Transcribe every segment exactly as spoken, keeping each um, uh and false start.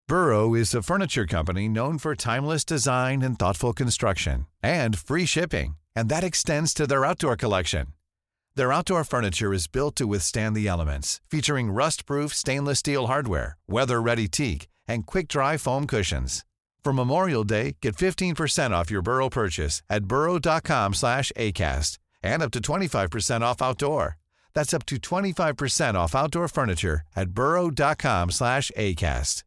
Burrow is a furniture company known for timeless design and thoughtful construction, and free shipping, and that extends to their outdoor collection. Their outdoor furniture is built to withstand the elements, featuring rust-proof stainless steel hardware, weather-ready teak, and quick-dry foam cushions. For Memorial Day, get fifteen percent off your Burrow purchase at burrow.com slash ACAST and up to twenty-five percent off outdoor. That's up to twenty-five percent off outdoor furniture at burrow.com slash ACAST.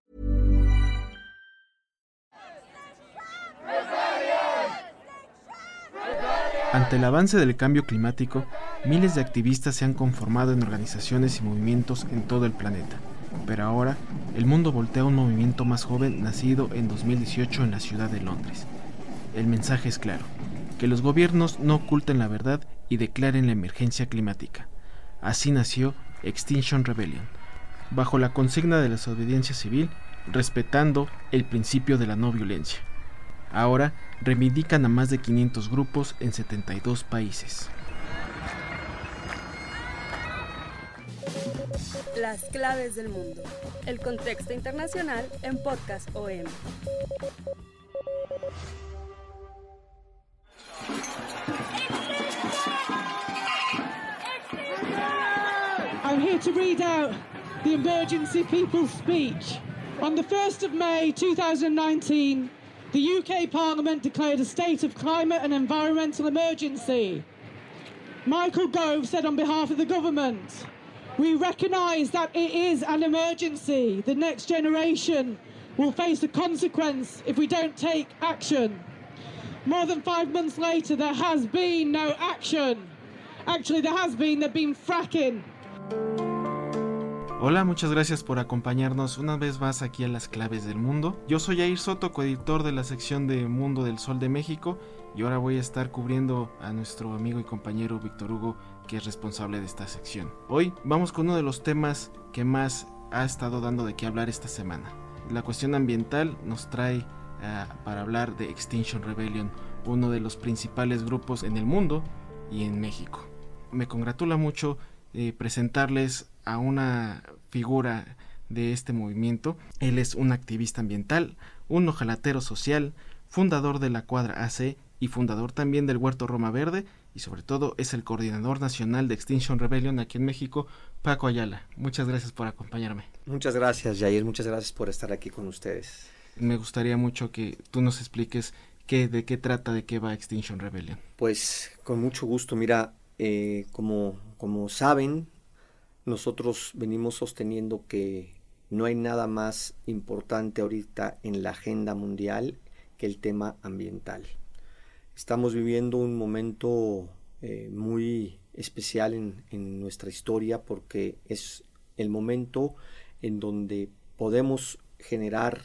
Ante el avance del cambio climático, miles de activistas se han conformado en organizaciones y movimientos en todo el planeta. Pero ahora, el mundo voltea a un movimiento más joven nacido en dos mil dieciocho en la ciudad de Londres. El mensaje es claro, que los gobiernos no oculten la verdad y declaren la emergencia climática. Así nació Extinction Rebellion, bajo la consigna de la desobediencia civil, respetando el principio de la no violencia. Ahora reivindican a más de quinientos grupos en setenta y dos países. Las claves del mundo. El contexto internacional en Podcast O M. I'm here to read out the Emergency People's Speech. On the first of May two thousand nineteen, the U K Parliament declared a state of climate and environmental emergency. Michael Gove said on behalf of the government, "We recognise that it is an emergency. The next generation will face the consequence if we don't take action." More than five months later, there has been no action. Actually, there has been, there've been fracking. Hola, muchas gracias por acompañarnos una vez más aquí a Las Claves del Mundo. Yo soy Jair Soto, coeditor de la sección de Mundo del Sol de México, y ahora voy a estar cubriendo a nuestro amigo y compañero Víctor Hugo, que es responsable de esta sección. Hoy vamos con uno de los temas que más ha estado dando de qué hablar esta semana. La cuestión ambiental nos trae uh, para hablar de Extinction Rebellion, uno de los principales grupos en el mundo y en México. Me congratula mucho eh, presentarles a una figura de este movimiento. Él es un activista ambiental, un ojalatero social, fundador de la Cuadra A C y fundador también del Huerto Roma Verde, y sobre todo es el coordinador nacional de Extinction Rebellion aquí en México, Paco Ayala. Muchas gracias por acompañarme. Muchas gracias, Jair, muchas gracias por estar aquí con ustedes. Me gustaría mucho que tú nos expliques qué, de qué trata, de qué va Extinction Rebellion. Pues con mucho gusto. Mira, eh, como, como saben, nosotros venimos sosteniendo que no hay nada más importante ahorita en la agenda mundial que el tema ambiental. Estamos viviendo un momento eh, muy especial en, en nuestra historia, porque es el momento en donde podemos generar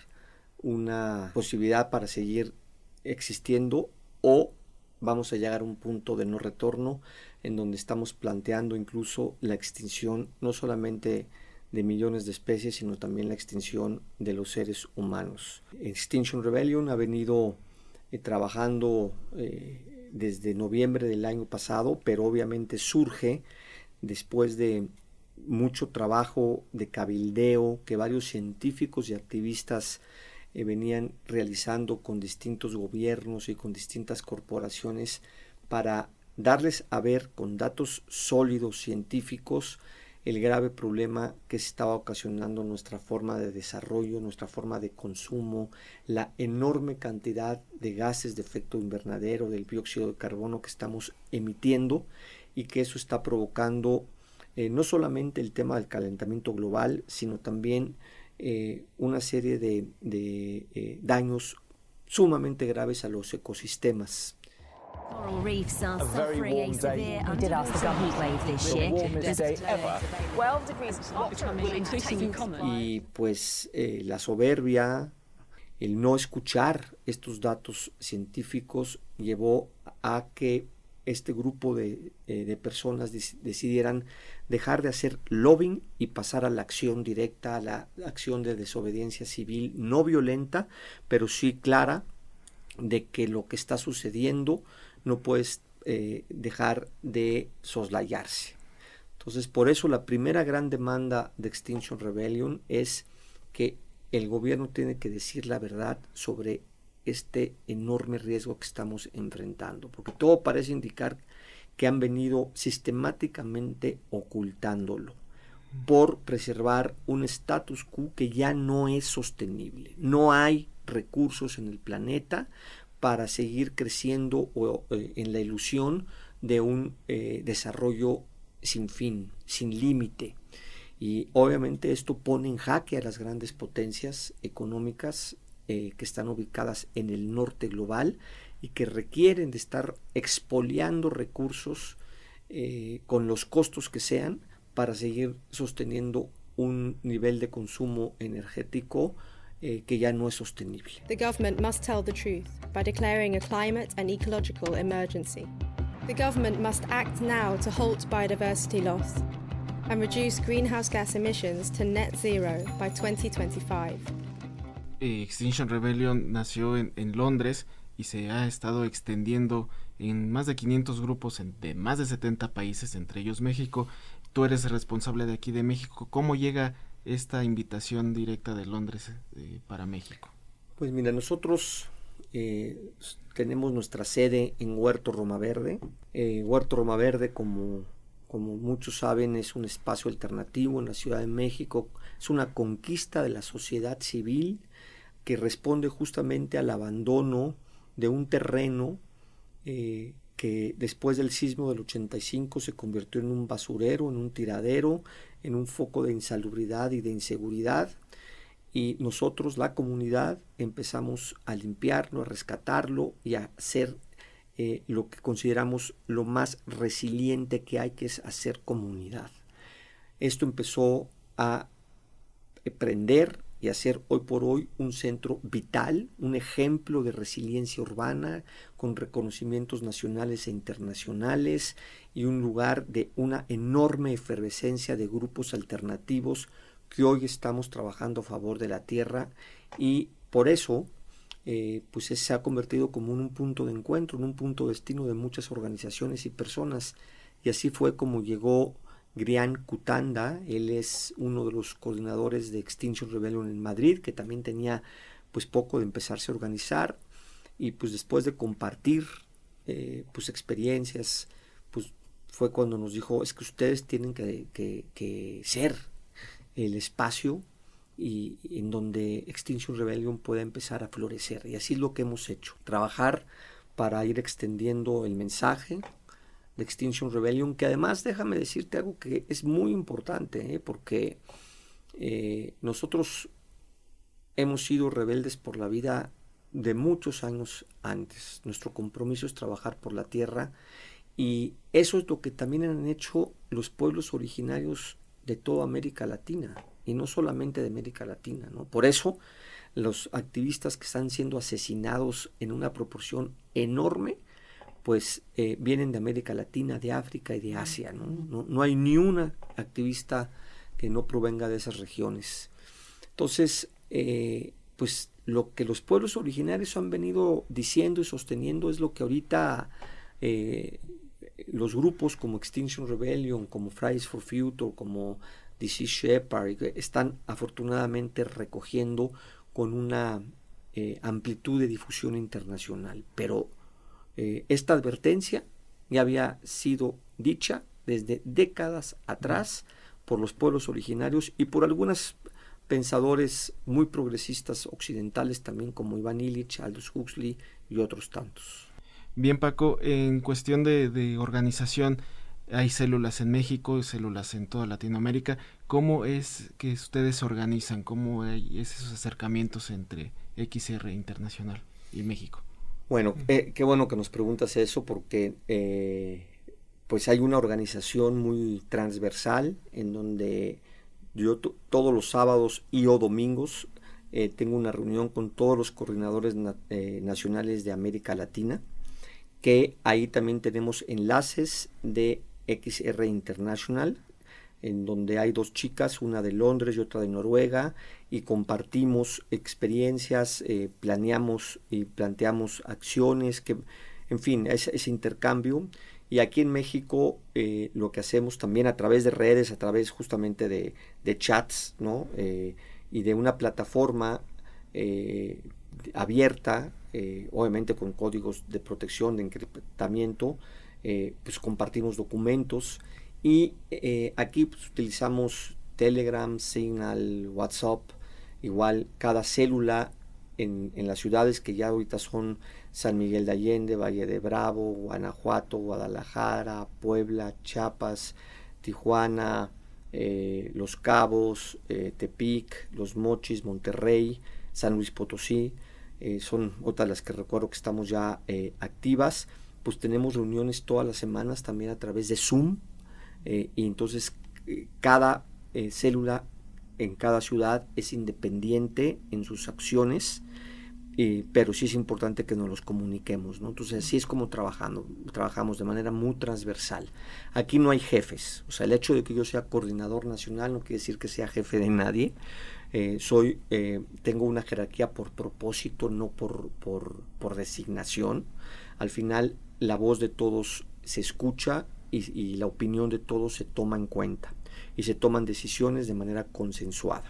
una posibilidad para seguir existiendo, o vamos a llegar a un punto de no retorno en donde estamos planteando incluso la extinción no solamente de millones de especies, sino también la extinción de los seres humanos. Extinction Rebellion ha venido eh, trabajando eh, desde noviembre del año pasado, pero obviamente surge después de mucho trabajo de cabildeo que varios científicos y activistas eh, venían realizando con distintos gobiernos y con distintas corporaciones para darles a ver con datos sólidos científicos el grave problema que se estaba ocasionando nuestra forma de desarrollo, nuestra forma de consumo, la enorme cantidad de gases de efecto invernadero, del dióxido de carbono que estamos emitiendo, y que eso está provocando eh, no solamente el tema del calentamiento global, sino también eh, una serie de, de eh, daños sumamente graves a los ecosistemas. Coral reefs are suffering a severe underwater wave this year. twelve degrees will increasingly common. Y pues eh, la soberbia, el no escuchar estos datos científicos llevó a que este grupo de, eh, de personas des- decidieran dejar de hacer lobbying y pasar a la acción directa, a la acción de desobediencia civil no violenta, pero sí clara, de que lo que está sucediendo no puedes eh, dejar de soslayarse. Entonces, por eso la primera gran demanda de Extinction Rebellion es que el gobierno tiene que decir la verdad sobre este enorme riesgo que estamos enfrentando, porque todo parece indicar que han venido sistemáticamente ocultándolo por preservar un status quo que ya no es sostenible. No hay recursos en el planeta para seguir creciendo o, eh, en la ilusión de un eh, desarrollo sin fin, sin límite. Y obviamente esto pone en jaque a las grandes potencias económicas eh, que están ubicadas en el norte global y que requieren de estar expoliando recursos eh, con los costos que sean para seguir sosteniendo un nivel de consumo energético eh, que ya no es sostenible. The government must tell the truth by declaring a climate and ecological emergency. The government must act now to halt biodiversity loss and reduce greenhouse gas emissions to net zero by twenty twenty-five. Extinction Rebellion nació en, en Londres y se ha estado extendiendo en más de quinientos grupos en, de más de setenta países, entre ellos México. Tú eres responsable de aquí de México. ¿Cómo llega esta invitación directa de Londres eh, para México? Pues mira, nosotros eh, tenemos nuestra sede en Huerto Roma Verde. Eh, Huerto Roma Verde, como, como muchos saben, es un espacio alternativo en la Ciudad de México. Es una conquista de la sociedad civil que responde justamente al abandono de un terreno eh, que después del sismo del ochenta y cinco se convirtió en un basurero, en un tiradero, en un foco de insalubridad y de inseguridad. Y nosotros, la comunidad, empezamos a limpiarlo, a rescatarlo y a hacer eh, lo que consideramos lo más resiliente que hay, que es hacer comunidad. Esto empezó a prender y hacer hoy por hoy un centro vital, un ejemplo de resiliencia urbana con reconocimientos nacionales e internacionales y un lugar de una enorme efervescencia de grupos alternativos que hoy estamos trabajando a favor de la tierra, y por eso eh, pues se ha convertido como en un punto de encuentro, en un punto de destino de muchas organizaciones y personas, y así fue como llegó Grian Kutanda. Él es uno de los coordinadores de Extinction Rebellion en Madrid, que también tenía pues poco de empezarse a organizar, y pues después de compartir eh, pues experiencias, pues fue cuando nos dijo: es que ustedes tienen que, que, que ser el espacio y, y en donde Extinction Rebellion pueda empezar a florecer, y así es lo que hemos hecho, trabajar para ir extendiendo el mensaje de Extinction Rebellion, que además déjame decirte algo que es muy importante, ¿eh? porque eh, nosotros hemos sido rebeldes por la vida de muchos años antes. Nuestro compromiso es trabajar por la tierra, y eso es lo que también han hecho los pueblos originarios de toda América Latina, y no solamente de América Latina, ¿no? Por eso los activistas que están siendo asesinados en una proporción enorme pues eh, vienen de América Latina, de África y de Asia, ¿no? No, no hay ni una activista que no provenga de esas regiones. Entonces, eh, pues lo que los pueblos originarios han venido diciendo y sosteniendo es lo que ahorita eh, los grupos como Extinction Rebellion, como Fridays for Future, como D C Shepherd, están afortunadamente recogiendo con una eh, amplitud de difusión internacional. Pero Eh, esta advertencia ya había sido dicha desde décadas atrás por los pueblos originarios y por algunos pensadores muy progresistas occidentales también, como Ivan Illich, Aldous Huxley y otros tantos. Bien, Paco, en cuestión de, de organización, hay células en México, células en toda Latinoamérica. ¿Cómo es que ustedes se organizan? ¿Cómo hay esos acercamientos entre X R Internacional y México? Bueno, eh, qué bueno que nos preguntas eso, porque eh, pues hay una organización muy transversal en donde yo t- todos los sábados y o domingos eh, tengo una reunión con todos los coordinadores na- eh, nacionales de América Latina, que ahí también tenemos enlaces de X R International, en donde hay dos chicas, una de Londres y otra de Noruega, y compartimos experiencias, eh, planeamos y planteamos acciones, que, en fin, ese, ese intercambio. Y aquí en México eh, lo que hacemos también a través de redes, a través justamente de, de chats, ¿no? Eh, y de una plataforma eh, abierta, eh, obviamente con códigos de protección, de encriptamiento, eh, pues compartimos documentos y eh, aquí pues, utilizamos Telegram, Signal, WhatsApp, igual cada célula en, en las ciudades que ya ahorita son San Miguel de Allende, Valle de Bravo, Guanajuato, Guadalajara, Puebla, Chiapas, Tijuana, eh, Los Cabos, eh, Tepic, Los Mochis, Monterrey, San Luis Potosí, eh, son otras las que recuerdo que estamos ya eh, activas. Pues tenemos reuniones todas las semanas también a través de Zoom, eh, y entonces eh, cada eh, célula en cada ciudad es independiente en sus acciones, eh, pero sí es importante que nos los comuniquemos, ¿no? Entonces así es como trabajando, trabajamos de manera muy transversal. Aquí no hay jefes, o sea, el hecho de que yo sea coordinador nacional no quiere decir que sea jefe de nadie. Eh, soy, eh, tengo una jerarquía por propósito, no por, por, por designación. Al final la voz de todos se escucha y, y la opinión de todos se toma en cuenta y se toman decisiones de manera consensuada.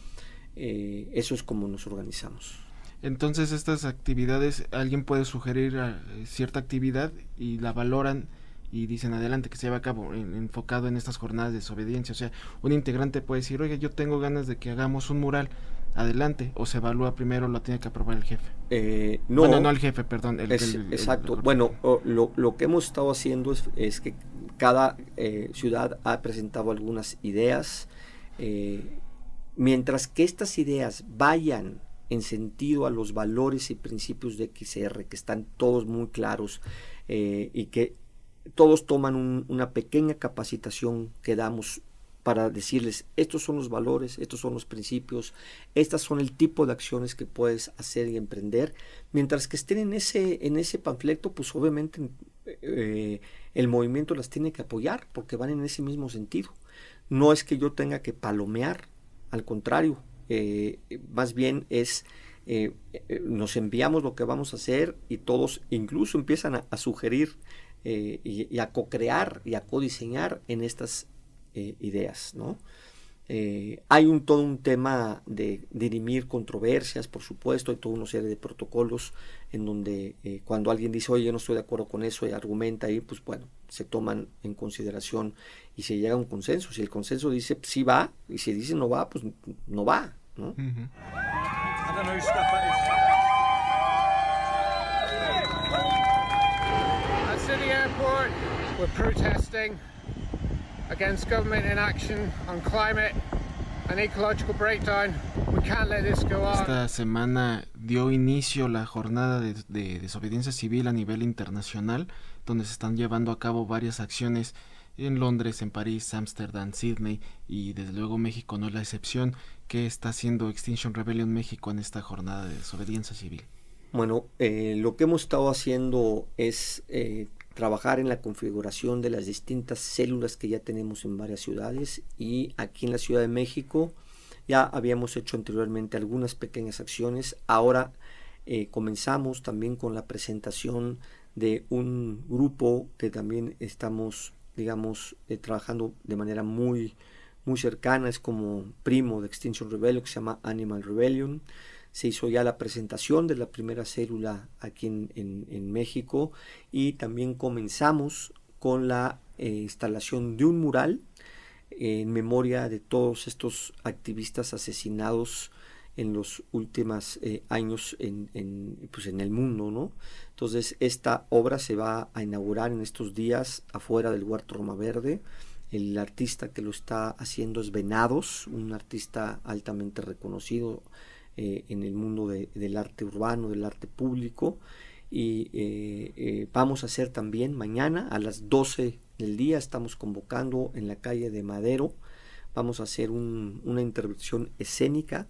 Eh, eso es como nos organizamos. Entonces estas actividades, alguien puede sugerir uh, cierta actividad y la valoran y dicen adelante que se lleve a cabo en, enfocado en estas jornadas de desobediencia. O sea, un integrante puede decir, oye, yo tengo ganas de que hagamos un mural, adelante, o se evalúa primero, lo tiene que aprobar el jefe. Eh, no, bueno, no el jefe, perdón. El, es, el, el, exacto. el, el, bueno, lo, lo que hemos estado haciendo es, es que cada eh, ciudad ha presentado algunas ideas, eh, mientras que estas ideas vayan en sentido a los valores y principios de X R, que están todos muy claros, eh, y que todos toman un, una pequeña capacitación que damos para decirles, estos son los valores, estos son los principios, estas son el tipo de acciones que puedes hacer y emprender. Mientras que estén en ese, en ese panfleto, pues obviamente eh, el movimiento las tiene que apoyar, porque van en ese mismo sentido. No es que yo tenga que palomear, al contrario, eh, más bien es, eh, nos enviamos lo que vamos a hacer y todos incluso empiezan a, a sugerir eh, y, y a co-crear y a co-diseñar en estas Eh, ideas, ¿no? Eh, hay un todo un tema de dirimir controversias, por supuesto, hay toda una serie de protocolos en donde eh, cuando alguien dice, oye, yo no estoy de acuerdo con eso y argumenta ahí, pues bueno, se toman en consideración y se llega a un consenso. Si el consenso dice sí va, y si dice no va, pues no va, ¿no? Uh-huh. At City Airport, we're protesting against government inaction on climate and ecological breakdown. We can't let this go on. Esta semana dio inicio la jornada de, de desobediencia civil a nivel internacional, donde se están llevando a cabo varias acciones en Londres, en París, Ámsterdam, Sydney y desde luego México no es la excepción. ¿Qué está haciendo Extinction Rebellion México en esta jornada de desobediencia civil? Bueno, eh, lo que hemos estado haciendo es eh, trabajar en la configuración de las distintas células que ya tenemos en varias ciudades, y aquí en la Ciudad de México ya habíamos hecho anteriormente algunas pequeñas acciones. Ahora eh, comenzamos también con la presentación de un grupo que también estamos, digamos, eh, trabajando de manera muy, muy cercana, es como primo de Extinction Rebellion, que se llama Animal Rebellion. Se hizo ya la presentación de la primera célula aquí en, en, en México, y también comenzamos con la eh, instalación de un mural eh, en memoria de todos estos activistas asesinados en los últimos eh, años en, en, pues en el mundo, ¿no? Entonces esta obra se va a inaugurar en estos días afuera del Huerto Roma Verde. El artista que lo está haciendo es Venados, un artista altamente reconocido Eh, en el mundo de, del arte urbano, del arte público, y eh, eh, vamos a hacer también mañana a las doce del día, estamos convocando en la calle de Madero, vamos a hacer un, una intervención escénica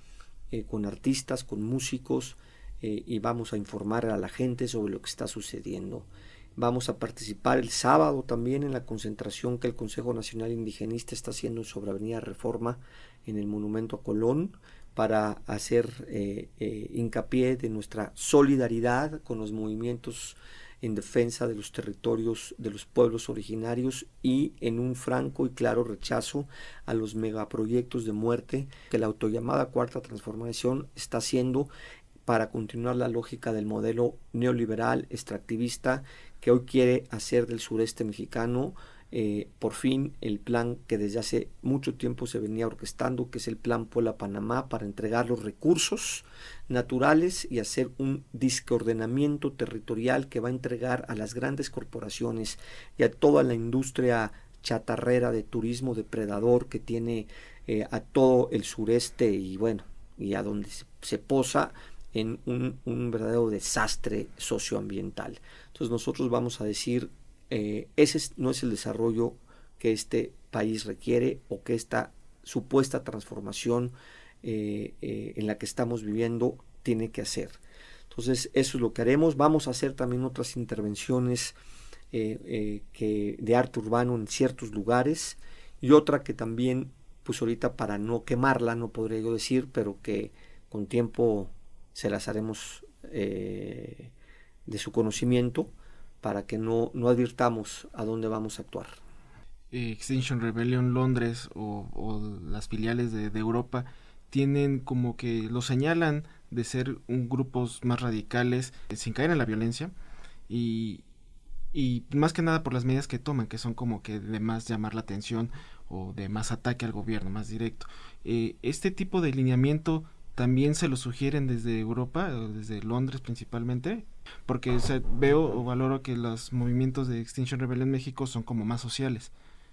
eh, con artistas, con músicos, eh, y vamos a informar a la gente sobre lo que está sucediendo. Vamos a participar el sábado también en la concentración que el Consejo Nacional Indigenista está haciendo sobre Avenida Reforma en el Monumento a Colón, para hacer eh, eh, hincapié de nuestra solidaridad con los movimientos en defensa de los territorios de los pueblos originarios y en un franco y claro rechazo a los megaproyectos de muerte que la autollamada Cuarta Transformación está haciendo para continuar la lógica del modelo neoliberal extractivista que hoy quiere hacer del sureste mexicano eh, por fin el plan que desde hace mucho tiempo se venía orquestando, que es el plan Puebla-Panamá, para entregar los recursos naturales y hacer un disqueordenamiento territorial que va a entregar a las grandes corporaciones y a toda la industria chatarrera de turismo depredador que tiene eh, a todo el sureste y bueno, y a donde se, se posa en un, un verdadero desastre socioambiental. Entonces nosotros vamos a decir, eh, ese es, no es el desarrollo que este país requiere o que esta supuesta transformación eh, eh, en la que estamos viviendo tiene que hacer. Entonces eso es lo que haremos. Vamos a hacer también otras intervenciones eh, eh, que de arte urbano en ciertos lugares y otra que también, pues ahorita para no quemarla, no podría yo decir, pero que con tiempo se las haremos eh, de su conocimiento para que no, no advirtamos a dónde vamos a actuar. Extinction Rebellion Londres o, o las filiales de, de Europa tienen como que lo señalan de ser un grupos más radicales sin caer en la violencia y, y más que nada por las medidas que toman, que son como que de más llamar la atención o de más ataque al gobierno, más directo. Eh, este tipo de lineamiento también se lo sugieren desde Europa, desde Londres principalmente, porque o sea, veo o valoro que los movimientos de Extinction Rebellion en México son como más sociales.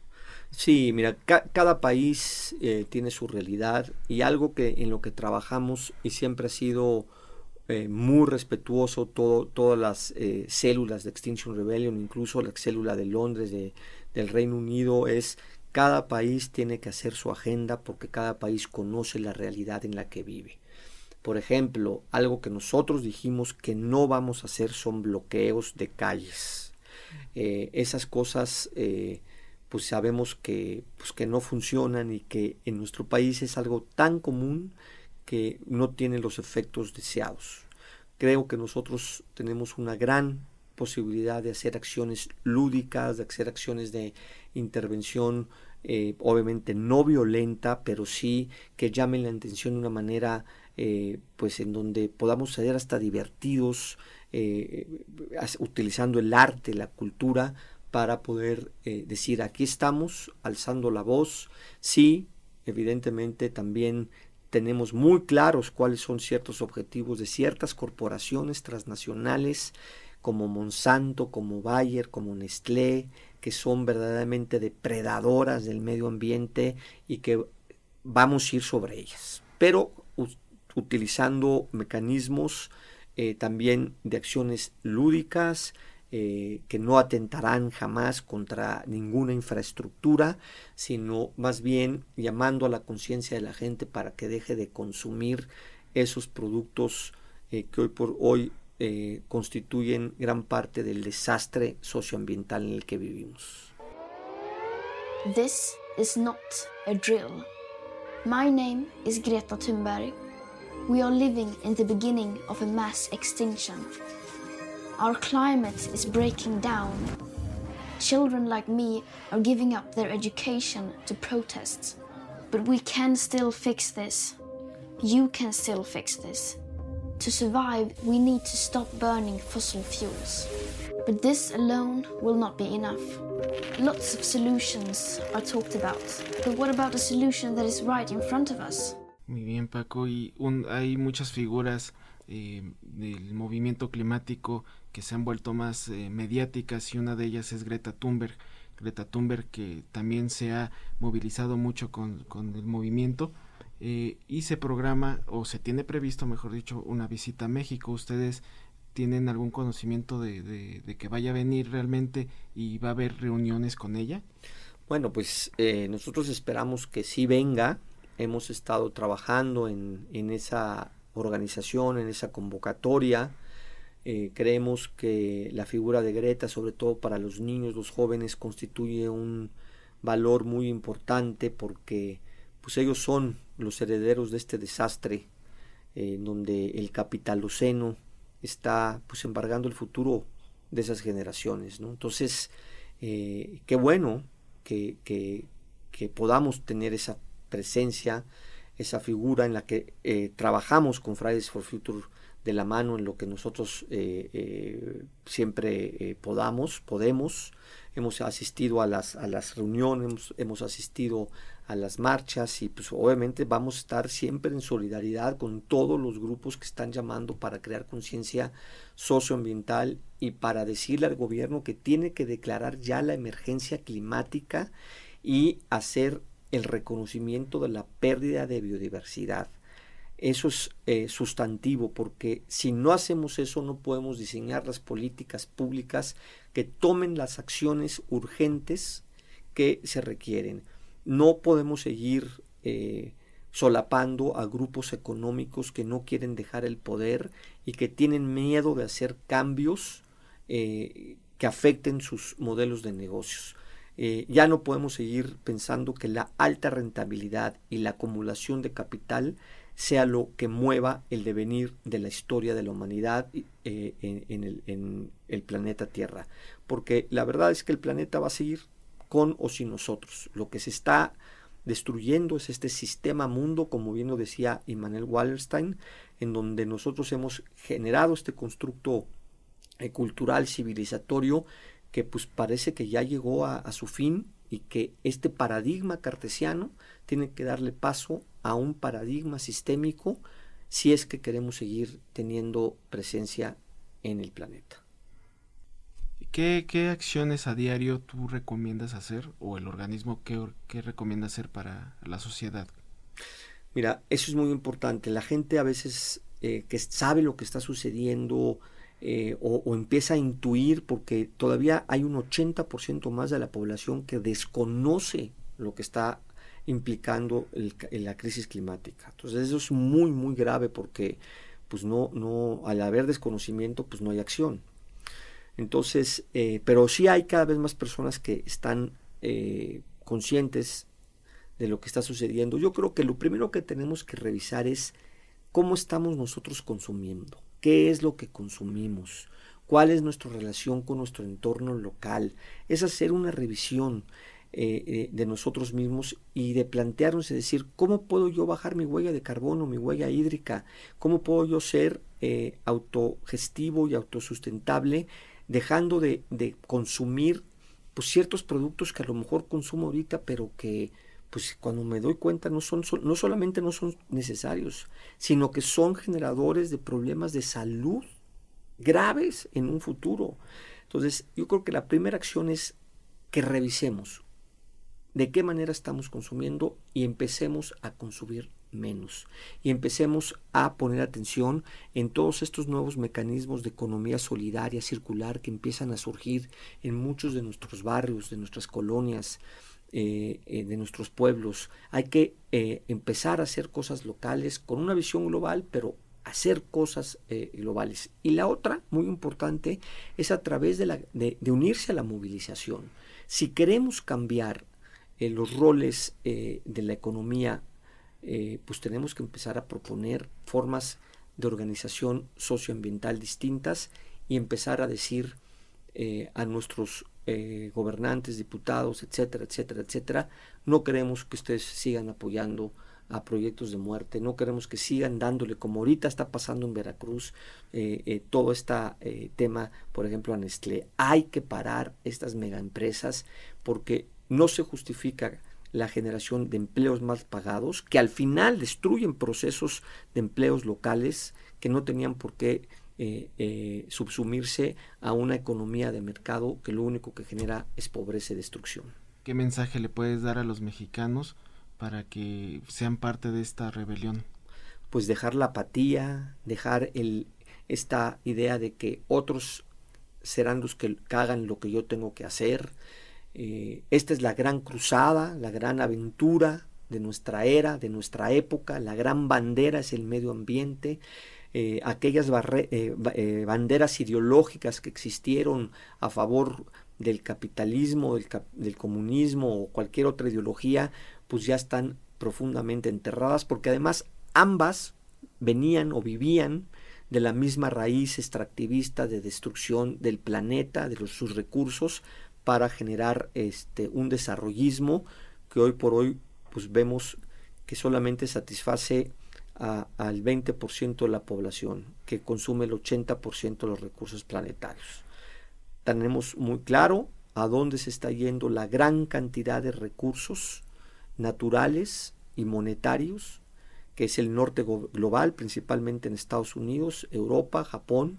Sí, mira, ca- cada país eh, tiene su realidad y algo que en lo que trabajamos y siempre ha sido eh, muy respetuoso todo, todas las eh, células de Extinction Rebellion, incluso la célula de Londres, de, del Reino Unido, es cada país tiene que hacer su agenda porque cada país conoce la realidad en la que vive. Por ejemplo, algo que nosotros dijimos que no vamos a hacer son bloqueos de calles. Eh, esas cosas eh, pues sabemos que, pues que no funcionan y que en nuestro país es algo tan común que no tiene los efectos deseados. Creo que nosotros tenemos una gran posibilidad de hacer acciones lúdicas, de hacer acciones de intervención, eh, obviamente no violenta, pero sí que llamen la atención de una manera eh, pues en donde podamos ser hasta divertidos, eh, utilizando el arte, la cultura, para poder eh, decir aquí estamos, alzando la voz. Sí, evidentemente también tenemos muy claros cuáles son ciertos objetivos de ciertas corporaciones transnacionales como Monsanto, como Bayer, como Nestlé, que son verdaderamente depredadoras del medio ambiente y que vamos a ir sobre ellas, pero utilizando mecanismos eh, también de acciones lúdicas, eh, que no atentarán jamás contra ninguna infraestructura, sino más bien llamando a la conciencia de la gente para que deje de consumir esos productos eh, que hoy por hoy eh, constituyen gran parte del desastre socioambiental en el que vivimos. This is not a drill. My name is Greta Thunberg. We are living in the beginning of a mass extinction. Our climate is breaking down. Children like me are giving up their education to protest. But we can still fix this. You can still fix this. To survive, we need to stop burning fossil fuels. But this alone will not be enough. Lots of solutions are talked about. But what about a solution that is right in front of us? Muy bien, Paco, y un, hay muchas figuras eh, del movimiento climático que se han vuelto más eh, mediáticas y una de ellas es Greta Thunberg. Greta Thunberg que también se ha movilizado mucho con, con el movimiento eh, y se programa o se tiene previsto, mejor dicho, una visita a México. ¿Ustedes tienen algún conocimiento de, de, de que vaya a venir realmente y va a haber reuniones con ella? Bueno, pues eh, nosotros esperamos que sí venga. Hemos estado trabajando en, en esa organización, en esa convocatoria. Eh, creemos que la figura de Greta, sobre todo para los niños, los jóvenes, constituye un valor muy importante porque pues ellos son los herederos de este desastre eh, en donde el capitaloceno está pues embargando el futuro de esas generaciones, ¿no? Entonces, eh, qué bueno que, que, que podamos tener esa presencia, esa figura en la que eh, trabajamos con Fridays for Future de la mano en lo que nosotros eh, eh, siempre eh, podamos, podemos. Hemos asistido a las, a las reuniones, hemos, hemos asistido a las marchas y pues obviamente vamos a estar siempre en solidaridad con todos los grupos que están llamando para crear conciencia socioambiental y para decirle al gobierno que tiene que declarar ya la emergencia climática y hacer el reconocimiento de la pérdida de biodiversidad. Eso es eh, sustantivo, porque si no hacemos eso no podemos diseñar las políticas públicas que tomen las acciones urgentes que se requieren. No podemos seguir eh, solapando a grupos económicos que no quieren dejar el poder y que tienen miedo de hacer cambios eh, que afecten sus modelos de negocios. Eh, ya no podemos seguir pensando que la alta rentabilidad y la acumulación de capital sea lo que mueva el devenir de la historia de la humanidad eh, en, en, el, en el planeta Tierra, porque la verdad es que el planeta va a seguir con o sin nosotros. Lo que se está destruyendo es este sistema mundo, como bien lo decía Immanuel Wallerstein, en donde nosotros hemos generado este constructo eh, cultural, civilizatorio, que pues parece que ya llegó a, a su fin, y que este paradigma cartesiano tiene que darle paso a un paradigma sistémico si es que queremos seguir teniendo presencia en el planeta. ¿Qué, qué acciones a diario tú recomiendas hacer, o el organismo qué, qué recomienda hacer para la sociedad? Mira, eso es muy importante. La gente a veces eh, que sabe lo que está sucediendo eh, o, o empieza a intuir, porque todavía hay un ochenta por ciento más de la población que desconoce lo que está implicando el, la crisis climática. Entonces eso es muy muy grave, porque pues no, no, al haber desconocimiento pues no hay acción. Entonces, eh, pero sí hay cada vez más personas que están eh, conscientes de lo que está sucediendo. Yo creo que lo primero que tenemos que revisar es cómo estamos nosotros consumiendo, qué es lo que consumimos, cuál es nuestra relación con nuestro entorno local. Es hacer una revisión eh, eh, de nosotros mismos y de plantearnos y decir, ¿cómo puedo yo bajar mi huella de carbono, mi huella hídrica? ¿Cómo puedo yo ser eh, autogestivo y autosustentable, dejando de, de consumir pues, ciertos productos que a lo mejor consumo ahorita, pero que pues cuando me doy cuenta no son, no solamente no son necesarios, sino que son generadores de problemas de salud graves en un futuro? Entonces, yo creo que la primera acción es que revisemos de qué manera estamos consumiendo y empecemos a consumir menos, y empecemos a poner atención en todos estos nuevos mecanismos de economía solidaria, circular, que empiezan a surgir en muchos de nuestros barrios, de nuestras colonias, eh, eh, de nuestros pueblos. Hay que eh, empezar a hacer cosas locales con una visión global, pero hacer cosas eh, globales. Y la otra, muy importante, es a través de, la, de, de unirse a la movilización. Si queremos cambiar eh, los roles eh, de la economía, Eh, pues tenemos que empezar a proponer formas de organización socioambiental distintas y empezar a decir eh, a nuestros eh, gobernantes, diputados, etcétera, etcétera, etcétera, no queremos que ustedes sigan apoyando a proyectos de muerte, no queremos que sigan dándole, como ahorita está pasando en Veracruz, eh, eh, todo este eh, tema, por ejemplo, a Nestlé. Hay que parar estas megaempresas, porque no se justifica la generación de empleos mal pagados, que al final destruyen procesos de empleos locales que no tenían por qué eh, eh, subsumirse a una economía de mercado que lo único que genera es pobreza y destrucción. ¿Qué mensaje le puedes dar a los mexicanos para que sean parte de esta rebelión? Pues dejar la apatía, dejar el, esta idea de que otros serán los que hagan lo que yo tengo que hacer. Eh, esta es la gran cruzada, la gran aventura de nuestra era, de nuestra época. La gran bandera es el medio ambiente. Eh, aquellas barre, eh, eh, banderas ideológicas que existieron a favor del capitalismo, del, cap, del comunismo o cualquier otra ideología, pues ya están profundamente enterradas, porque además ambas venían o vivían de la misma raíz extractivista de destrucción del planeta, de los, sus recursos, para generar este, un desarrollismo que hoy por hoy pues vemos que solamente satisface a, al veinte por ciento de la población, que consume el ochenta por ciento de los recursos planetarios. Tenemos muy claro a dónde se está yendo la gran cantidad de recursos naturales y monetarios, que es el norte global, principalmente en Estados Unidos, Europa, Japón,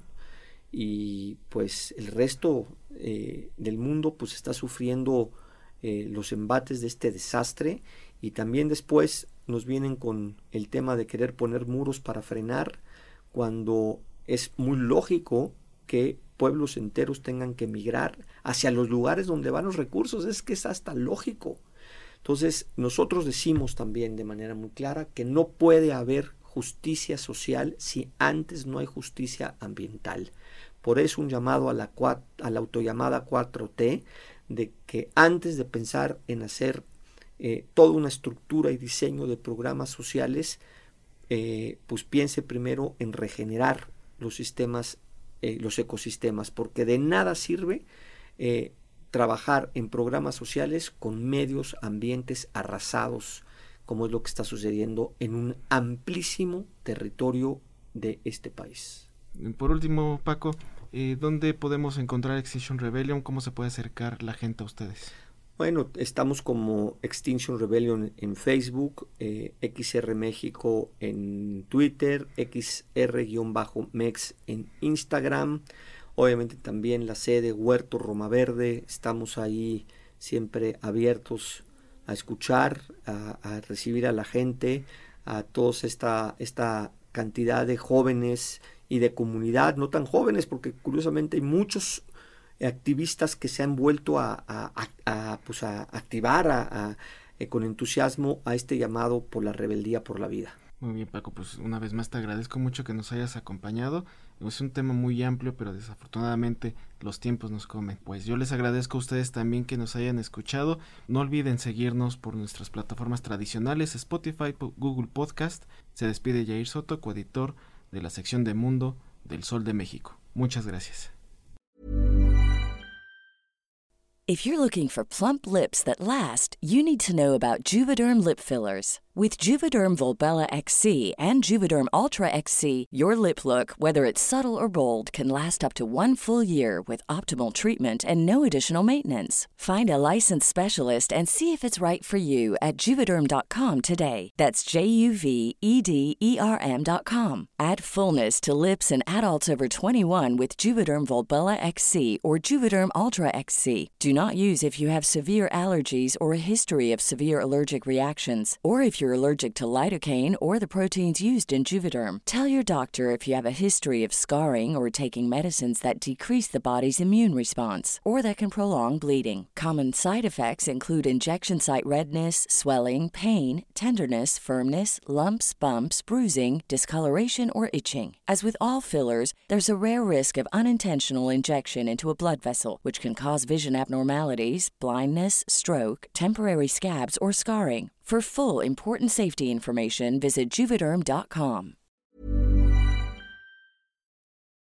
y pues el resto eh, del mundo pues está sufriendo eh, los embates de este desastre, y también después nos vienen con el tema de querer poner muros para frenar, cuando es muy lógico que pueblos enteros tengan que migrar hacia los lugares donde van los recursos. Es que es hasta lógico. Entonces nosotros decimos también de manera muy clara que no puede haber justicia social si antes no hay justicia ambiental. Por eso un llamado a la, a la autollamada cuatro T, de que antes de pensar en hacer eh, toda una estructura y diseño de programas sociales, eh, pues piense primero en regenerar los sistemas, eh, los ecosistemas, porque de nada sirve eh, trabajar en programas sociales con medios ambientes arrasados, como es lo que está sucediendo en un amplísimo territorio de este país. Por último, Paco, eh, ¿dónde podemos encontrar Extinction Rebellion? ¿Cómo se puede acercar la gente a ustedes? Bueno, estamos como Extinction Rebellion en Facebook, eh, X R México en Twitter, X R-Mex en Instagram. Obviamente también la sede Huerto Roma Verde, estamos ahí siempre abiertos a escuchar, a, a recibir a la gente, a toda esta, esta cantidad de jóvenes y de comunidad, no tan jóvenes, porque curiosamente hay muchos activistas que se han vuelto a, a, a, a, pues a activar a, a, eh, con entusiasmo a este llamado por la rebeldía por la vida. Muy bien, Paco, pues una vez más te agradezco mucho que nos hayas acompañado. Es un tema muy amplio, pero desafortunadamente los tiempos nos comen. Pues yo les agradezco a ustedes también que nos hayan escuchado. No olviden seguirnos por nuestras plataformas tradicionales, Spotify, Google Podcast. Se despide Yair Soto, coeditor de la sección de Mundo del Sol de México. Muchas gracias. If you're looking for plump lips that last, you need to know about Juvederm lip fillers. With Juvederm Volbella X C and Juvederm Ultra X C, your lip look, whether it's subtle or bold, can last up to one full year with optimal treatment and no additional maintenance. Find a licensed specialist and see if it's right for you at Juvederm dot com today. That's J U V E D E R M dot com. Add fullness to lips in adults over twenty-one with Juvederm Volbella X C or Juvederm Ultra X C. Do not use if you have severe allergies or a history of severe allergic reactions, or if you're allergic to lidocaine or the proteins used in Juvederm. Tell your doctor if you have a history of scarring or taking medicines that decrease the body's immune response or that can prolong bleeding. Common side effects include injection site redness, swelling, pain, tenderness, firmness, lumps, bumps, bruising, discoloration, or itching. As with all fillers, there's a rare risk of unintentional injection into a blood vessel, which can cause vision abnormalities, blindness, stroke, temporary scabs, or scarring. For full important safety information, visit Juvederm dot com.